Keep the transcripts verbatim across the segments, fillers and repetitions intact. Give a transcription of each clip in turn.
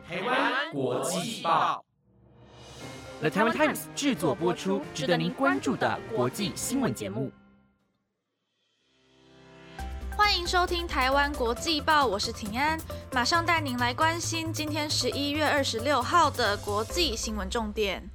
台湾国际报 The Taiwan Times 制作播出，值得您关注的国际新闻节目。 欢迎收听台湾国际报，我是庭安，马上带您来关心今天十一月二十六号的国际新闻重点。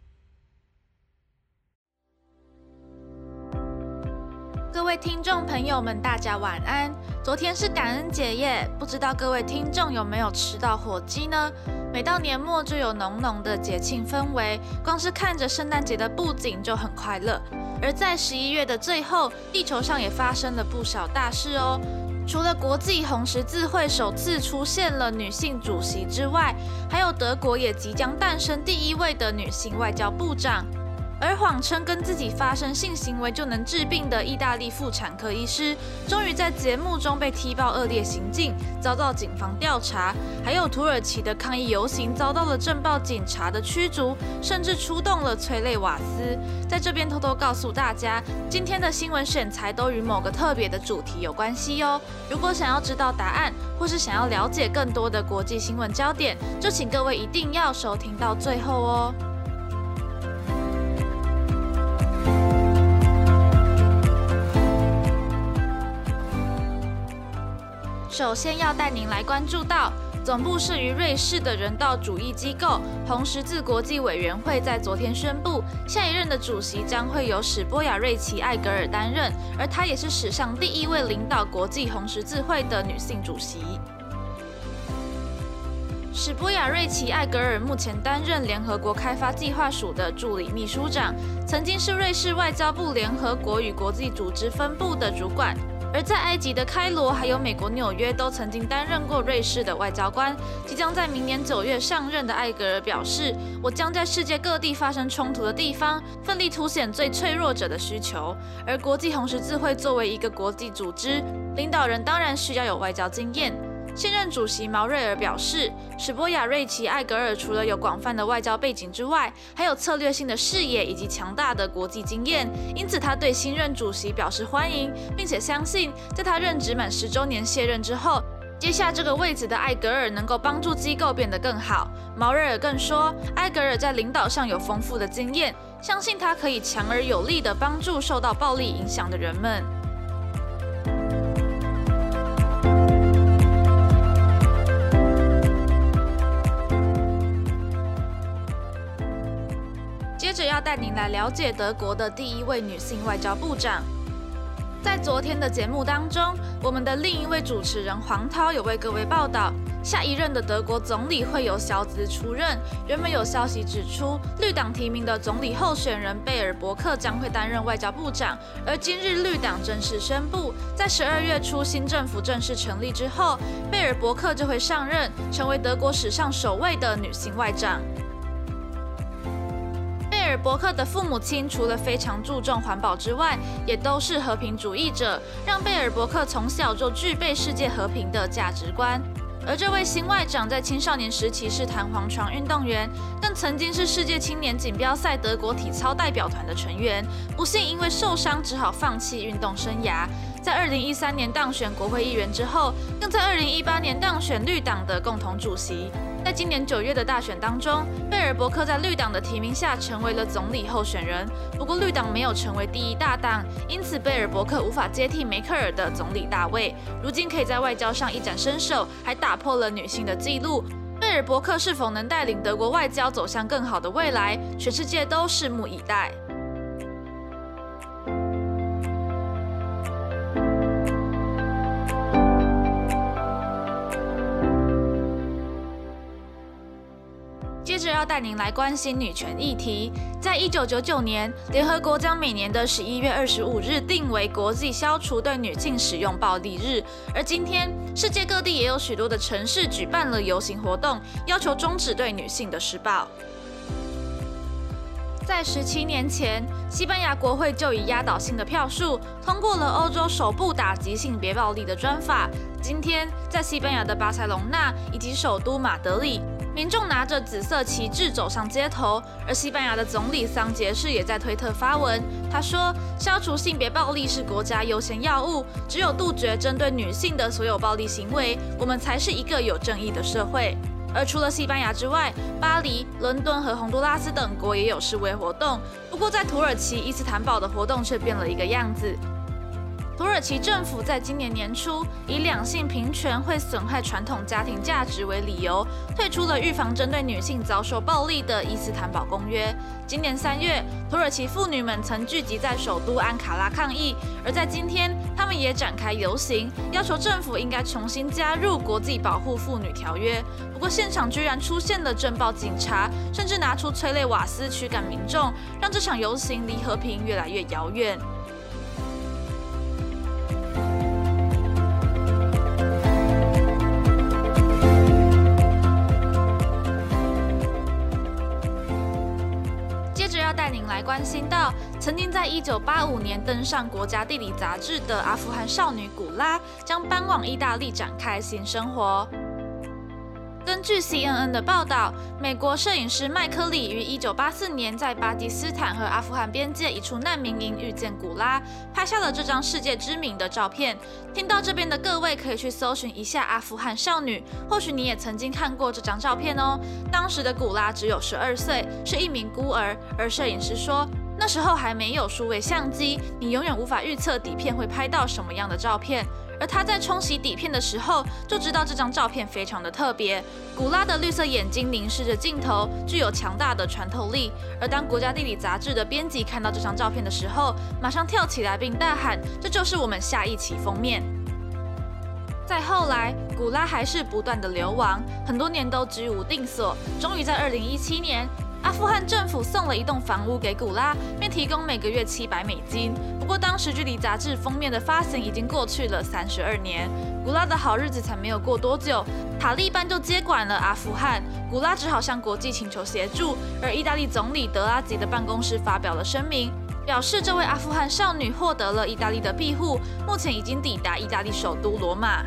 各位听众朋友们，大家晚安。昨天是感恩节耶，不知道各位听众有没有吃到火鸡呢？每到年末就有浓浓的节庆氛围，光是看着圣诞节的布景就很快乐。而在十一月的最后，地球上也发生了不少大事哦。除了国际红十字会首次出现了女性主席之外，还有德国也即将诞生第一位的女性外交部长。而谎称跟自己发生性行为就能治病的意大利妇产科医师，终于在节目中被踢爆恶劣行径，遭到警方调查。还有土耳其的抗议游行遭到了政报警察的驱逐，甚至出动了催泪瓦斯。在这边偷偷告诉大家，今天的新闻选材都与某个特别的主题有关系哦。如果想要知道答案，或是想要了解更多的国际新闻焦点，就请各位一定要收听到最后哦。首先要带您来关注到，总部设于瑞士的人道主义机构红十字国际委员会在昨天宣布，下一任的主席将会由史波亚瑞奇·艾格尔担任，而她也是史上第一位领导国际红十字会的女性主席。史波亚瑞奇·艾格尔目前担任联合国开发计划署的助理秘书长，曾经是瑞士外交部联合国与国际组织分部的主管。而在埃及的开罗，还有美国纽约都曾经担任过瑞士的外交官。即将在明年九月上任的艾格尔表示，我将在世界各地发生冲突的地方，奋力凸显最脆弱者的需求。而国际红十字会作为一个国际组织，领导人当然需要有外交经验。现任主席毛瑞尔表示，史波亚瑞奇·艾格尔除了有广泛的外交背景之外，还有策略性的视野以及强大的国际经验，因此他对新任主席表示欢迎，并且相信在他任职满十周年卸任之后，接下这个位置的艾格尔能够帮助机构变得更好。毛瑞尔更说，艾格尔在领导上有丰富的经验，相信他可以强而有力地帮助受到暴力影响的人们。接着要带您来了解德国的第一位女性外交部长。在昨天的节目当中，我们的另一位主持人黄涛有为各位报道，下一任的德国总理会由小子出任。原本有消息指出，绿党提名的总理候选人贝尔伯克将会担任外交部长，而今日绿党正式宣布，在十二月初新政府正式成立之后，贝尔伯克就会上任，成为德国史上首位的女性外长。贝尔伯克的父母亲除了非常注重环保之外，也都是和平主义者，让贝尔伯克从小就具备世界和平的价值观。而这位新外长在青少年时期是弹簧床运动员，更曾经是世界青年锦标赛德国体操代表团的成员，不幸因为受伤只好放弃运动生涯。在二零一三年当选国会议员之后，更在二零一八年当选绿党的共同主席。在今年九月的大选当中，贝尔伯克在绿党的提名下成为了总理候选人。不过绿党没有成为第一大党，因此贝尔伯克无法接替梅克尔的总理大位。如今可以在外交上一展身手，还打破了女性的纪录。贝尔伯克是否能带领德国外交走向更好的未来，全世界都拭目以待。接着要带您来关心女权议题。在一九九九年，联合国将每年的十一月二十五日定为国际消除对女性使用暴力日，而今天世界各地也有许多的城市举办了游行活动，要求终止对女性的施暴。在十七年前，西班牙国会就以压倒性的票数通过了欧洲首部打击性别暴力的专法。今天，在西班牙的巴塞隆纳以及首都马德里，民众拿着紫色旗帜走上街头，而西班牙的总理桑杰士也在推特发文，他说：“消除性别暴力是国家优先要务，只有杜绝针对女性的所有暴力行为，我们才是一个有正义的社会。” 而除了西班牙之外，巴黎、伦敦和洪都拉斯等国也有示威活动。不过，在土耳其伊斯坦堡的活动却变了一个样子。土耳其政府在今年年初以两性平权会损害传统家庭价值为理由，退出了预防针对女性遭受暴力的伊斯坦堡公约。今年三月，土耳其妇女们曾聚集在首都安卡拉抗议，而在今天，她们也展开游行，要求政府应该重新加入国际保护妇女条约。不过，现场居然出现了镇暴警察，甚至拿出催泪瓦斯驱赶民众，让这场游行离和平越来越遥远。带您来关心到，曾经在一九八五年登上《国家地理》杂志的阿富汗少女古拉，将搬往意大利展开新生活。根据 C N N 的报道，美国摄影师麦克里于一九八四年在巴基斯坦和阿富汗边界一处难民营遇见古拉，拍下了这张世界知名的照片。听到这边的各位可以去搜寻一下阿富汗少女，或许你也曾经看过这张照片哦。当时的古拉只有十二岁，是一名孤儿，而摄影师说，那时候还没有数位相机，你永远无法预测底片会拍到什么样的照片。而他在冲洗底片的时候，就知道这张照片非常的特别。古拉的绿色眼睛凝视着镜头，具有强大的穿透力。而当《国家地理》杂志的编辑看到这张照片的时候，马上跳起来并大喊：“这就是我们下一期封面！”再后来，古拉还是不断的流亡，很多年都居无定所。终于在二零一七年，阿富汗政府送了一栋房屋给古拉，并提供每个月七百美金。不过，当时距离杂志封面的发行已经过去了三十二年，古拉的好日子才没有过多久，塔利班就接管了阿富汗，古拉只好向国际请求协助。而意大利总理德拉吉的办公室发表了声明，表示这位阿富汗少女获得了意大利的庇护，目前已经抵达意大利首都罗马。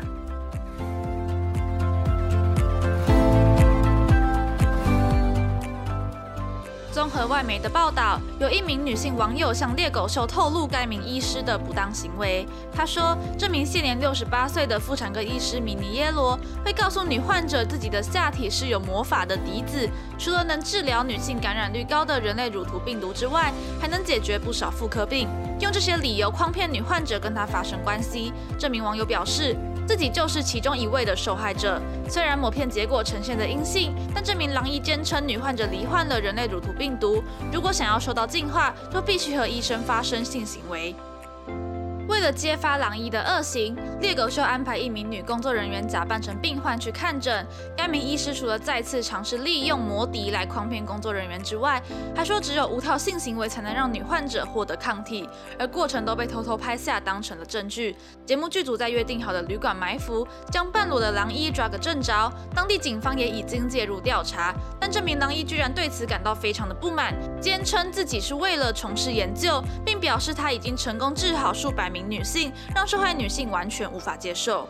综合外媒的报道，有一名女性网友向猎狗秀透露该名医师的不当行为。她说，这名现年六十八岁的妇产科医师米尼耶罗会告诉女患者自己的下体是有魔法的笛子，除了能治疗女性感染率高的人类乳头病毒之外，还能解决不少妇科病，用这些理由诓骗女患者跟她发生关系。这名网友表示，自己就是其中一位的受害者。虽然抹片结果呈现的阴性，但这名狼医坚称女患者罹患了人类乳头病毒，如果想要受到净化，就必须和医生发生性行为。为了揭发狼医的恶行，猎狗秀安排一名女工作人员假扮成病患去看诊。该名医师除了再次尝试利用魔笛来诓骗工作人员之外，还说只有无套性行为才能让女患者获得抗体，而过程都被偷偷拍下当成了证据。节目剧组在约定好的旅馆埋伏，将半裸的狼医抓个正着。当地警方也已经介入调查，但这名狼医居然对此感到非常的不满，坚称自己是为了从事研究，并表示他已经成功治好数百名女性，让受害女性完全无法接受。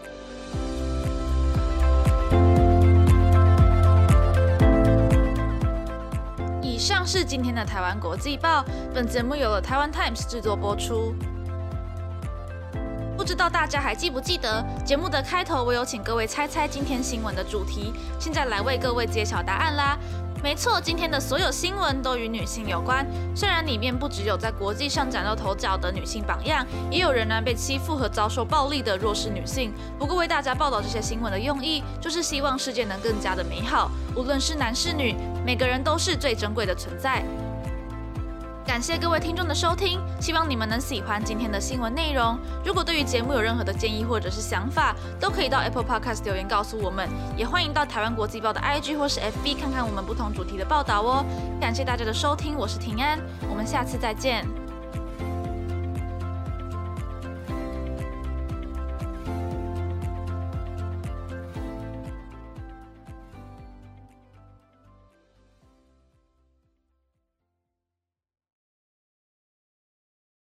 以上是今天的台湾国际报，本节目由了台湾 Times 制作播出。不知道大家还记不记得节目的开头，我有请各位猜猜今天新闻的主题，现在来为各位揭晓答案啦。没错，今天的所有新闻都与女性有关。虽然里面不只有在国际上崭露头角的女性榜样，也有仍然被欺负和遭受暴力的弱势女性。不过为大家报道这些新闻的用意，就是希望世界能更加的美好。无论是男是女，每个人都是最珍贵的存在。感谢各位听众的收听，希望你们能喜欢今天的新闻内容。如果对于节目有任何的建议或者是想法，都可以到 Apple Podcast 留言告诉我们，也欢迎到台湾国际报的 I G 或是 F B 看看我们不同主题的报道哦。感谢大家的收听，我是庭安，我们下次再见。